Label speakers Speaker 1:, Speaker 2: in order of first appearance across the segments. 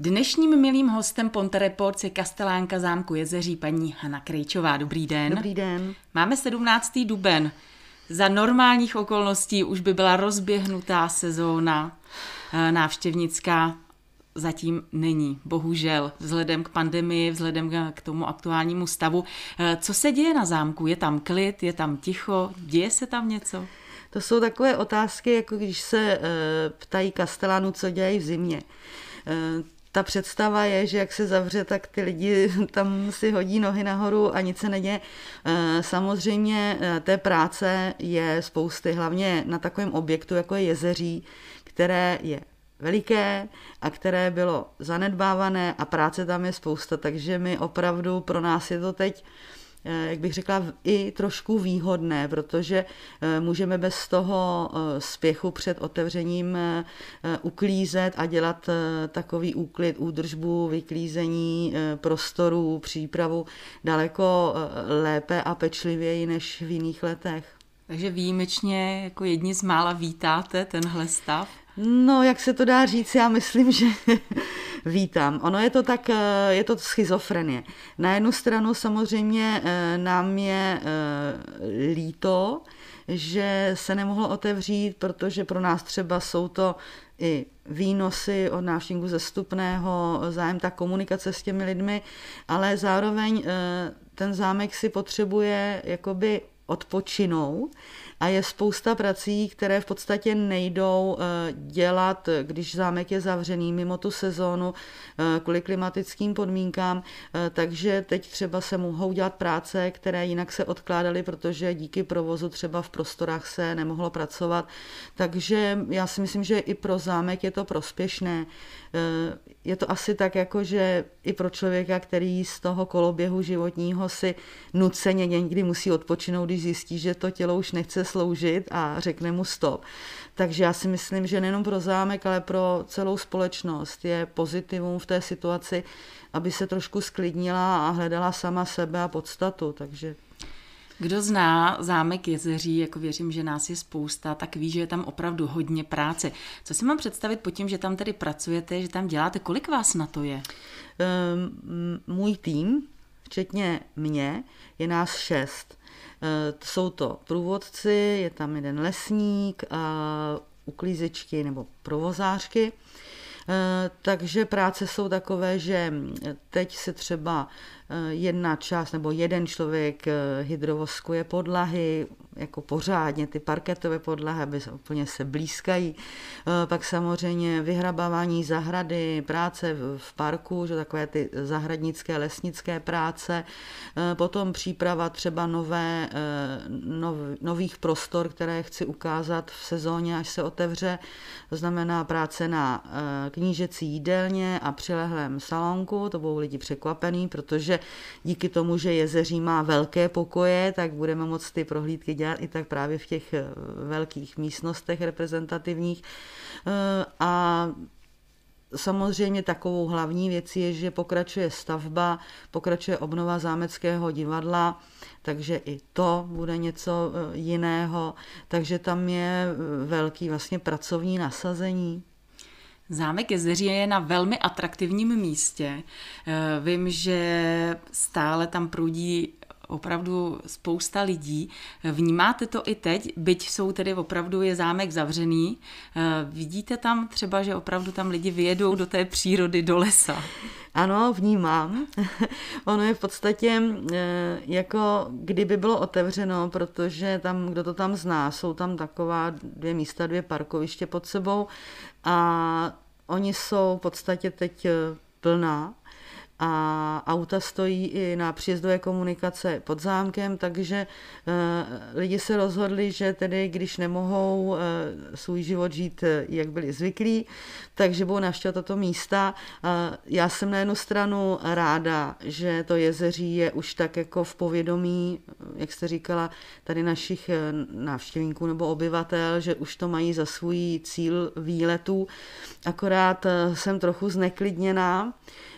Speaker 1: Dnešním milým hostem Ponte Reports je kastelánka zámku Jezeří paní Hana Krejčová. Dobrý den.
Speaker 2: Dobrý den.
Speaker 1: Máme 17. duben. Za normálních okolností už by byla rozběhnutá sezóna návštěvnická. Zatím není, bohužel, vzhledem k pandemii, vzhledem k tomu aktuálnímu stavu. Co se děje na zámku? Je tam klid, je tam ticho, děje se tam něco?
Speaker 2: To jsou takové otázky, jako když se ptají kastelánů, co dělají v zimě. Ta představa je, že jak se zavře, tak ty lidi tam si hodí nohy nahoru a nic se neděje. Samozřejmě té práce je spousty, hlavně na takovém objektu, jako je Jezeří, které je veliké a které bylo zanedbávané a práce tam je spousta, takže my opravdu, pro nás je to teď, jak bych řekla, i trošku výhodné, protože můžeme bez toho spěchu před otevřením uklízet a dělat takový úklid, údržbu, vyklízení prostorů, přípravu daleko lépe a pečlivěji než v jiných letech.
Speaker 1: Takže výjimečně jako jedni z mála vítáte tenhle stav?
Speaker 2: No, jak se to dá říct, já myslím, že vítám. Ono je to tak, je to schizofrenie. Na jednu stranu samozřejmě nám je líto, že se nemohlo otevřít, protože pro nás třeba jsou to i výnosy od návštěvníků ze vstupného, zájem ta komunikace s těmi lidmi, ale zároveň ten zámek si potřebuje jakoby odpočinout a je spousta prací, které v podstatě nejdou dělat, když zámek je zavřený mimo tu sezónu kvůli klimatickým podmínkám, takže teď třeba se mohou dělat práce, které jinak se odkládaly, protože díky provozu třeba v prostorách se nemohlo pracovat, takže já si myslím, že i pro zámek je to prospěšné. Je to asi tak, jako že i pro člověka, který z toho koloběhu životního si nuceně někdy musí odpočinout, když zjistí, že to tělo už nechce sloužit a řekne mu stop. Takže já si myslím, že nejenom pro zámek, ale pro celou společnost je pozitivum v té situaci, aby se trošku sklidnila a hledala sama sebe a podstatu. Takže
Speaker 1: kdo zná zámek Jezeří, jako věřím, že nás je spousta, tak ví, že je tam opravdu hodně práce. Co si mám představit pod tím, že tam tedy pracujete, že tam děláte? Kolik vás na to je?
Speaker 2: Můj tým, včetně mě, je nás 6. Jsou to průvodci, je tam jeden lesník, uklízečky nebo provozářky. Takže práce jsou takové, že teď se třeba jedna část nebo jeden člověk hydrovoskuje podlahy, jako pořádně ty parketové podlahy, aby úplně se blízkají. Pak samozřejmě vyhrabávání zahrady, práce v parku, že takové ty zahradnické, lesnické práce. Potom příprava třeba nových prostor, které chci ukázat v sezóně, až se otevře. To znamená práce na knížecí jídelně a přilehlém salonku. To budou lidi překvapení, protože díky tomu, že Jezeří má velké pokoje, tak budeme moct ty prohlídky dělat i tak právě v těch velkých místnostech reprezentativních. A samozřejmě takovou hlavní věcí je, že pokračuje stavba, pokračuje obnova zámeckého divadla, takže i to bude něco jiného. Takže tam je velký vlastně pracovní nasazení.
Speaker 1: Zámek Jezeří je na velmi atraktivním místě. Vím, že stále tam proudí opravdu spousta lidí. Vnímáte to i teď, byť jsou tedy opravdu je zámek zavřený. Vidíte tam třeba, že opravdu tam lidi vyjedou do té přírody, do lesa?
Speaker 2: Ano, vnímám. Ono je v podstatě jako kdyby bylo otevřeno, protože tam, kdo to tam zná, jsou tam taková 2 místa, 2 parkoviště pod sebou a oni jsou v podstatě teď plná. A auta stojí i na příjezdové komunikace pod zámkem, takže lidi se rozhodli, že tedy když nemohou svůj život žít, jak byli zvyklí, takže budou navštěvovat tato místa. Já jsem na jednu stranu ráda, že to Jezeří je už tak jako v povědomí, jak jste říkala, tady našich návštěvníků nebo obyvatel, že už to mají za svůj cíl výletů. Akorát jsem trochu zneklidněná,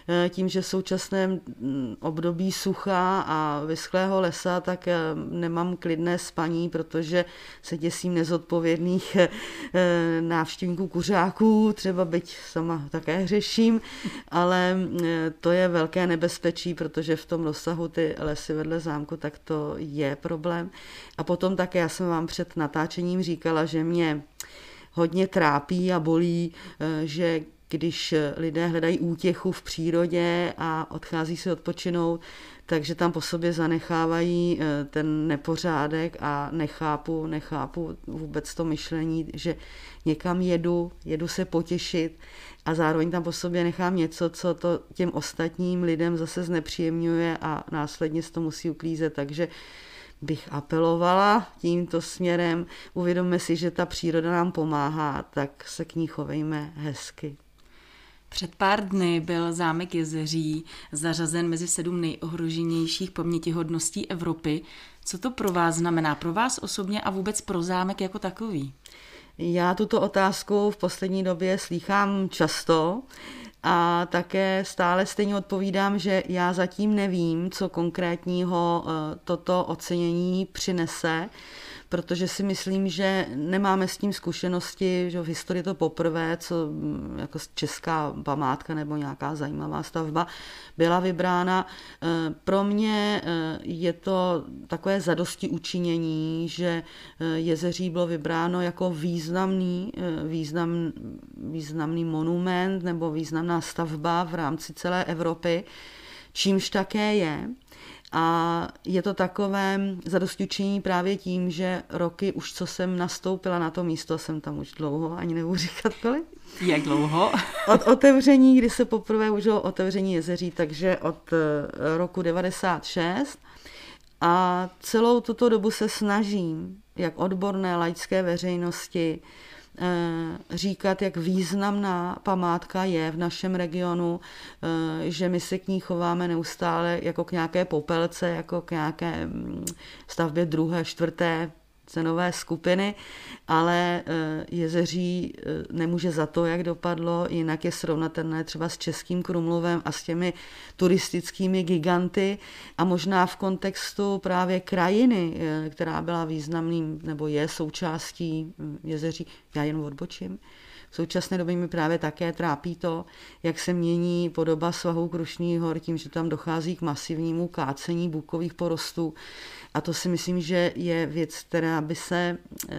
Speaker 2: tím, že v současném období sucha a vyschlého lesa, tak nemám klidné spaní, protože se děsím nezodpovědných návštěvníků kuřáků, třeba byť sama také hřeším, ale to je velké nebezpečí, protože v tom rozsahu ty lesy vedle zámku, tak to je problém. A potom také, já jsem vám před natáčením říkala, že mě hodně trápí a bolí, že když lidé hledají útěchu v přírodě a odchází se odpočinout, takže tam po sobě zanechávají ten nepořádek a nechápu vůbec to myšlení, že někam jedu se potěšit a zároveň tam po sobě nechám něco, co to těm ostatním lidem zase znepříjemňuje a následně se to musí uklízet, takže bych apelovala tímto směrem. Uvědomme si, že ta příroda nám pomáhá, tak se k ní chovejme hezky.
Speaker 1: Před pár dny byl zámek Jezeří zařazen mezi 7 nejohroženějších pamětihodností Evropy. Co to pro vás znamená? Pro vás osobně a vůbec pro zámek jako takový?
Speaker 2: Já tuto otázku v poslední době slýchám často a také stále stejně odpovídám, že já zatím nevím, co konkrétního toto ocenění přinese, protože si myslím, že nemáme s tím zkušenosti, že v historii to poprvé, co jako česká památka nebo nějaká zajímavá stavba byla vybrána. Pro mě je to takové zadosti učinění, že Jezeří bylo vybráno jako významný monument nebo významná stavba v rámci celé Evropy, čímž také je. A je to takové zadostiučinění právě tím, že roky už, co jsem nastoupila na to místo, jsem tam už dlouho, ani nebudu říkat kolik.
Speaker 1: Jak dlouho?
Speaker 2: Od otevření, kdy se poprvé užilo otevření Jezeří, takže od roku 96. A celou tuto dobu se snažím, jak odborné laické veřejnosti, říkat, jak významná památka je v našem regionu, že my se k ní chováme neustále jako k nějaké popelce, jako k nějaké stavbě 2., 4. cenové skupiny, ale Jezeří nemůže za to, jak dopadlo, jinak je srovnatelné třeba s Českým Krumlovem a s těmi turistickými giganty a možná v kontextu právě krajiny, která byla významným nebo je součástí Jezeří, já jen odbočím. V současné době mi právě také trápí to, jak se mění podoba svahů Krušných hor tím, že tam dochází k masivnímu kácení bukových porostů. A to si myslím, že je věc, která by se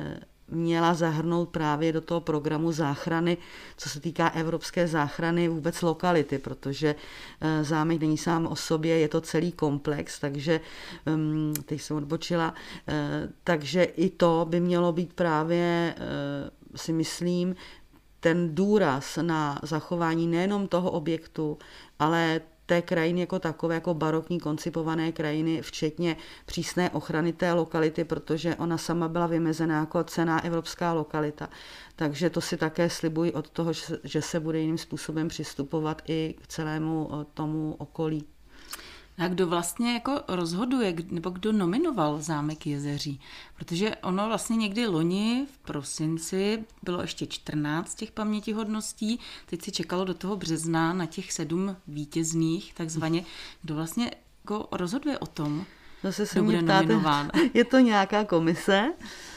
Speaker 2: měla zahrnout právě do toho programu záchrany, co se týká evropské záchrany vůbec lokality, protože zámek není sám o sobě, je to celý komplex, takže teď jsem odbočila, takže i to by mělo být právě, si myslím, ten důraz na zachování nejenom toho objektu, ale té krajiny jako takové, jako barokní koncipované krajiny, včetně přísné ochrany té lokality, protože ona sama byla vymezena jako cenná evropská lokalita. Takže to si také slibuji od toho, že se bude jiným způsobem přistupovat i k celému tomu okolí.
Speaker 1: A kdo vlastně jako rozhoduje, nebo kdo nominoval zámek Jezeří? Protože ono vlastně někdy loni v prosinci bylo ještě 14 těch pamětihodností, teď si čekalo do toho března na těch 7 vítězných, takzvaně. Kdo vlastně jako rozhoduje o tom, kdo bude nominován?
Speaker 2: Je to nějaká komise,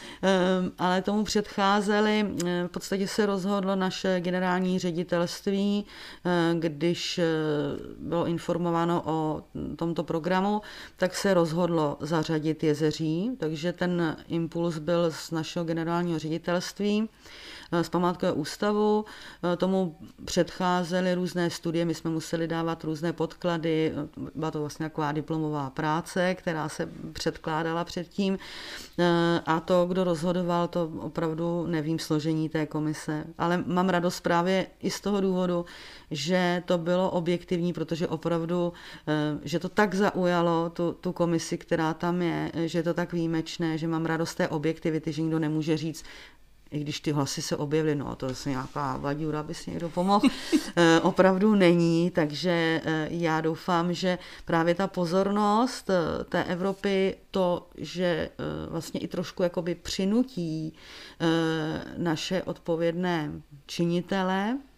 Speaker 2: ale tomu předcházely, v podstatě se rozhodlo naše generální ředitelství, když bylo informováno o tomto programu, tak se rozhodlo zařadit Jezeří, takže ten impuls byl z našeho generálního ředitelství, z památkového ústavu. Tomu předcházely různé studie, my jsme museli dávat různé podklady, byla to vlastně taková diplomová práce, která se předkládala předtím a to, kdo rozhodoval, to opravdu nevím složení té komise, ale mám radost právě i z toho důvodu, že to bylo objektivní, protože opravdu, že to tak zaujalo tu komisi, která tam je, že je to tak výjimečné, že mám radost té objektivity, že nikdo nemůže říct, i když ty hlasy se objevily, no to je nějaká vaďura, aby si někdo pomohl, opravdu není, takže já doufám, že právě ta pozornost té Evropy, to, že vlastně i trošku jakoby přinutí naše odpovědné činitele,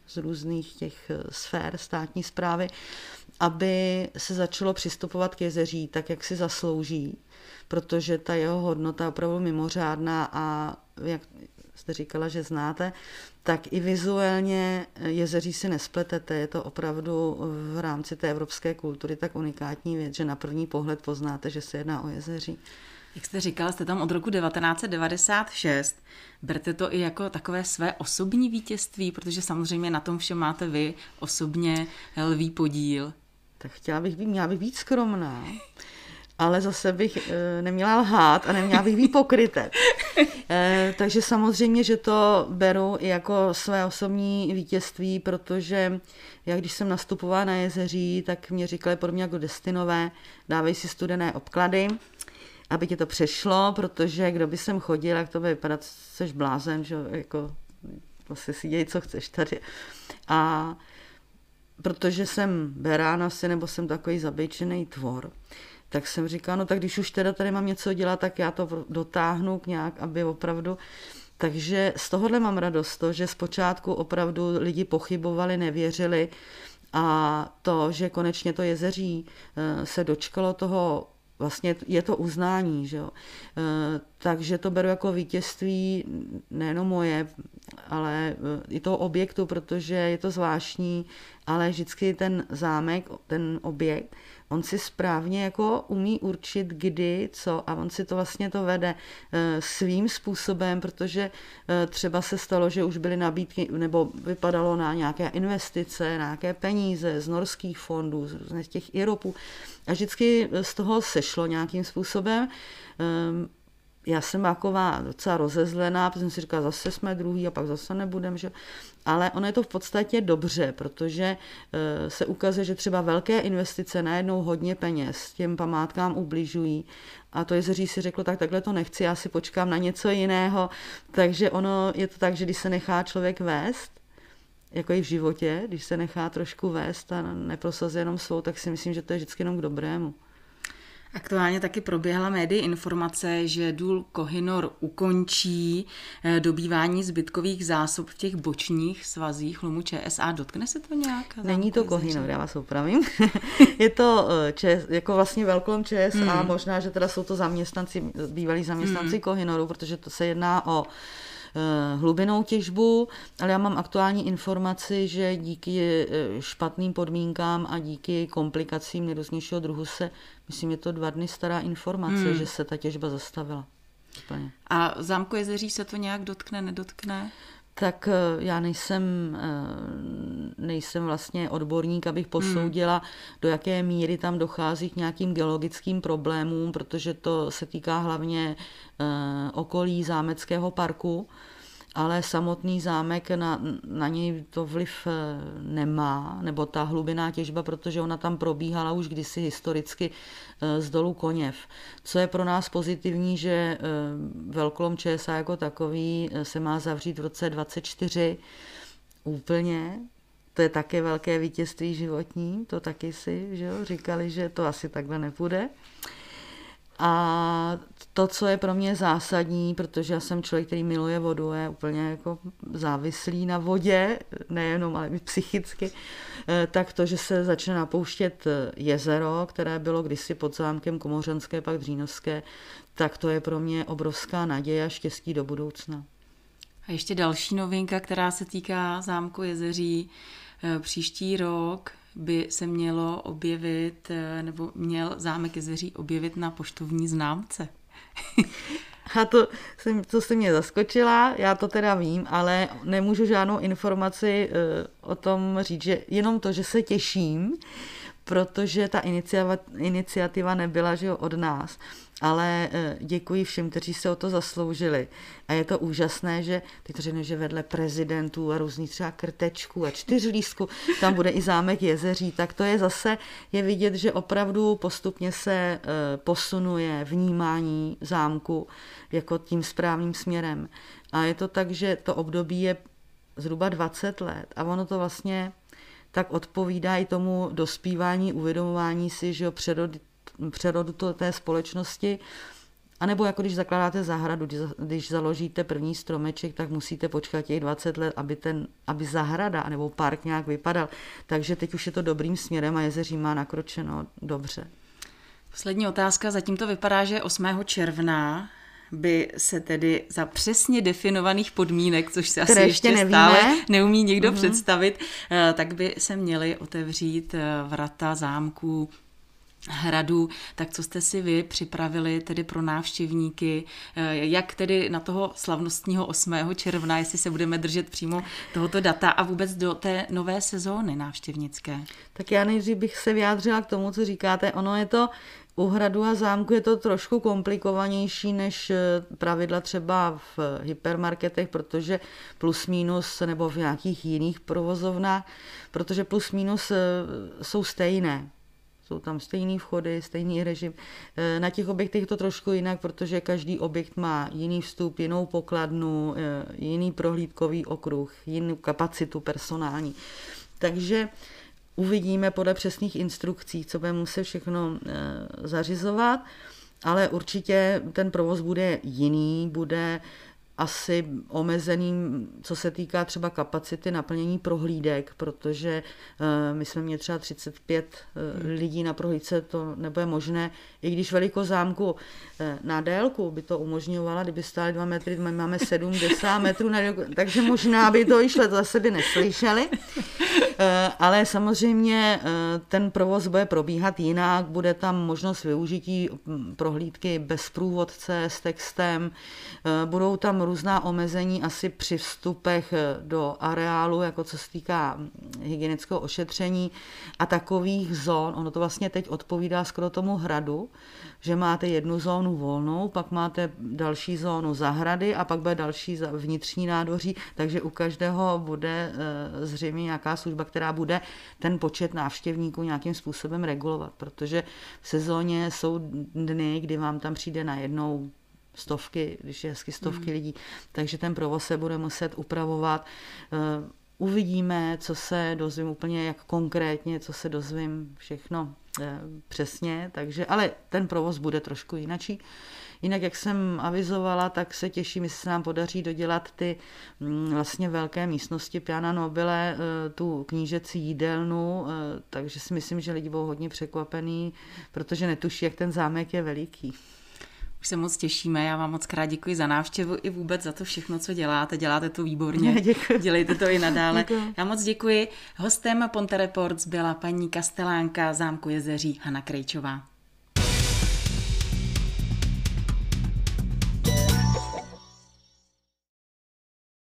Speaker 2: z různých těch sfér státní správy, aby se začalo přistupovat k Jezeří tak, jak si zaslouží, protože ta jeho hodnota je opravdu mimořádná a jak jste říkala, že znáte, tak i vizuálně Jezeří si nespletete. Je to opravdu v rámci té evropské kultury tak unikátní věc, že na první pohled poznáte, že se jedná o Jezeří.
Speaker 1: Jak jste říkala, jste tam od roku 1996. Berte to i jako takové své osobní vítězství, protože samozřejmě na tom všem máte vy osobně lví podíl.
Speaker 2: Tak měla bych být skromná, ale zase bych neměla lhát a neměla bych být pokrytec. Takže samozřejmě, že to beru i jako své osobní vítězství, protože já když jsem nastupovala na Jezeří, tak mě říkali podobně jako Destinové, dávej si studené obklady, aby tě to přešlo, protože kdo by sem chodil, jak to bude vypadat, seš blázen, že jako vlastně si děj, co chceš tady. A protože jsem berán asi, nebo jsem takový zabejčený tvor, tak jsem říkala, no tak když už teda tady mám něco dělat, tak já to dotáhnu nějak, aby opravdu... Takže z tohohle mám radost, to, že zpočátku opravdu lidi pochybovali, nevěřili a to, že konečně to Jezeří se dočkalo toho, vlastně je to uznání, že jo. Takže to beru jako vítězství nejenom moje, ale i toho objektu, protože je to zvláštní, ale vždycky ten zámek, ten objekt, on si správně jako umí určit kdy, co a on si to vlastně to vede svým způsobem, protože třeba se stalo, že už byly nabídky, nebo vypadalo na nějaké investice, na nějaké peníze z norských fondů, z těch IROPů a vždycky z toho sešlo nějakým způsobem. Já jsem taková docela rozezlená, protože jsem si říkala, zase jsme druhý a pak zase nebudem, že? Ale ono je to v podstatě dobře, protože se ukazuje, že třeba velké investice najednou hodně peněz těm památkám ubližují a to Jezeří si řeklo, tak takhle to nechci, já si počkám na něco jiného, takže ono je to tak, že když se nechá člověk vést, jako i v životě, když se nechá trošku vést a neprosazuje jenom svou, tak si myslím, že to je vždycky jenom k dobrému.
Speaker 1: Aktuálně taky proběhla médii informace, že důl Kohinor ukončí dobývání zbytkových zásob v těch bočních svazích lomu ČSA. Dotkne se to nějak?
Speaker 2: Není to Kohinor, já vás opravím. Je to jako vlastně velkolom ČSA, možná, že teda jsou to bývalí zaměstnanci Kohinoru, protože to se jedná o hlubinnou těžbu, ale já mám aktuální informaci, že díky špatným podmínkám a díky komplikacím nejrůznějšího druhu se, myslím, je to 2 dny stará informace, že se ta těžba zastavila. Úplně.
Speaker 1: A zámku Jezeří se to nějak dotkne, nedotkne?
Speaker 2: Tak já nejsem vlastně odborník, abych posoudila, do jaké míry tam dochází k nějakým geologickým problémům, protože to se týká hlavně okolí zámeckého parku, ale samotný zámek na něj to vliv nemá, nebo ta hlubinná těžba, protože ona tam probíhala už kdysi historicky z dolu Koněv. Co je pro nás pozitivní, že velkolom ČSA jako takový se má zavřít v roce 2024 úplně. To je také velké vítězství životní, to taky si říkali, že to asi takhle nepůjde. A to, co je pro mě zásadní, protože já jsem člověk, který miluje vodu, je úplně jako závislý na vodě, nejenom, ale i psychicky, tak to, že se začne napouštět jezero, které bylo kdysi pod zámkem Komořanské, pak Dřínovské, tak to je pro mě obrovská naděje a štěstí do budoucna.
Speaker 1: A ještě další novinka, která se týká zámku Jezeří. Příští rok by se mělo objevit, nebo měl zámek Jezeří objevit na poštovní známce.
Speaker 2: A to jste mě zaskočila, já to teda vím, ale nemůžu žádnou informaci o tom říct, že jenom to, že se těším, protože ta iniciativa nebyla, že jo, od nás. Ale děkuji všem, kteří se o to zasloužili. A je to úžasné, že teď to řekne, že vedle prezidentů a různých třeba Krtečků a Čtyřlístků, tam bude i zámek Jezeří, tak to je vidět, že opravdu postupně se posunuje vnímání zámku jako tím správným směrem. A je to tak, že to období je zhruba 20 let a ono to vlastně tak odpovídá i tomu dospívání, uvědomování si, že přerodu té společnosti A nebo jako když zakládáte zahradu, když založíte první stromeček, tak musíte počkat těch 20 let, aby zahrada nebo park nějak vypadal. Takže teď už je to dobrým směrem a Jezeří má nakročeno dobře.
Speaker 1: Poslední otázka. Zatím to vypadá, že 8. června by se tedy za přesně definovaných podmínek, což se asi ještě stále neumí nikdo představit, tak by se měly otevřít vrata zámku, hradu. Tak co jste si vy připravili tedy pro návštěvníky, jak tedy na toho slavnostního 8. června, jestli se budeme držet přímo tohoto data a vůbec do té nové sezóny návštěvnické?
Speaker 2: Tak já nejdřív bych se vyjádřila k tomu, co říkáte. Ono je to u hradu a zámku je to trošku komplikovanější než pravidla třeba v hypermarketech, protože plus minus, nebo v nějakých jiných provozovnách, protože plus minus jsou stejné. Jsou tam stejný vchody, stejný režim. Na těch objektech je to trošku jinak, protože každý objekt má jiný vstup, jinou pokladnu, jiný prohlídkový okruh, jinou kapacitu personální. Takže uvidíme podle přesných instrukcí, co bude muset všechno zařizovat, ale určitě ten provoz bude jiný, bude asi omezeným, co se týká třeba kapacity naplnění prohlídek, protože my jsme měli třeba 35 lidí na prohlídce, to nebude možné, i když velikost zámku na délku by to umožňovala, kdyby stály 2 metry, my máme 70 metrů na délku, takže možná by to išlo, to zase by neslyšeli, ale samozřejmě ten provoz bude probíhat jinak, bude tam možnost využití prohlídky bez průvodce s textem, budou tam různá omezení asi při vstupech do areálu, jako co se týká hygienického ošetření a takových zón. Ono to vlastně teď odpovídá skoro tomu hradu, že máte jednu zónu volnou, pak máte další zónu zahrady a pak bude další vnitřní nádvoří, takže u každého bude zřejmě nějaká služba, která bude ten počet návštěvníků nějakým způsobem regulovat, protože v sezóně jsou dny, kdy vám tam přijde najednou stovky, když je hezky stovky lidí, takže ten provoz se bude muset upravovat. Uvidíme, co se dozvím úplně jak konkrétně, co se dozvím všechno přesně, takže, ale ten provoz bude trošku jinačí. Jinak, jak jsem avizovala, tak se těším, jestli se nám podaří dodělat ty vlastně velké místnosti Piana Nobile, tu knížecí jídelnu, takže si myslím, že lidi budou hodně překvapení, protože netuší, jak ten zámek je veliký.
Speaker 1: Už se moc těšíme, já vám moc krát děkuji za návštěvu i vůbec za to všechno, co děláte to výborně, dělejte to i nadále. Děkuji. Já moc děkuji. Hostem Ponte Reports byla paní kastelánka zámku Jezeří Hana Krejčová.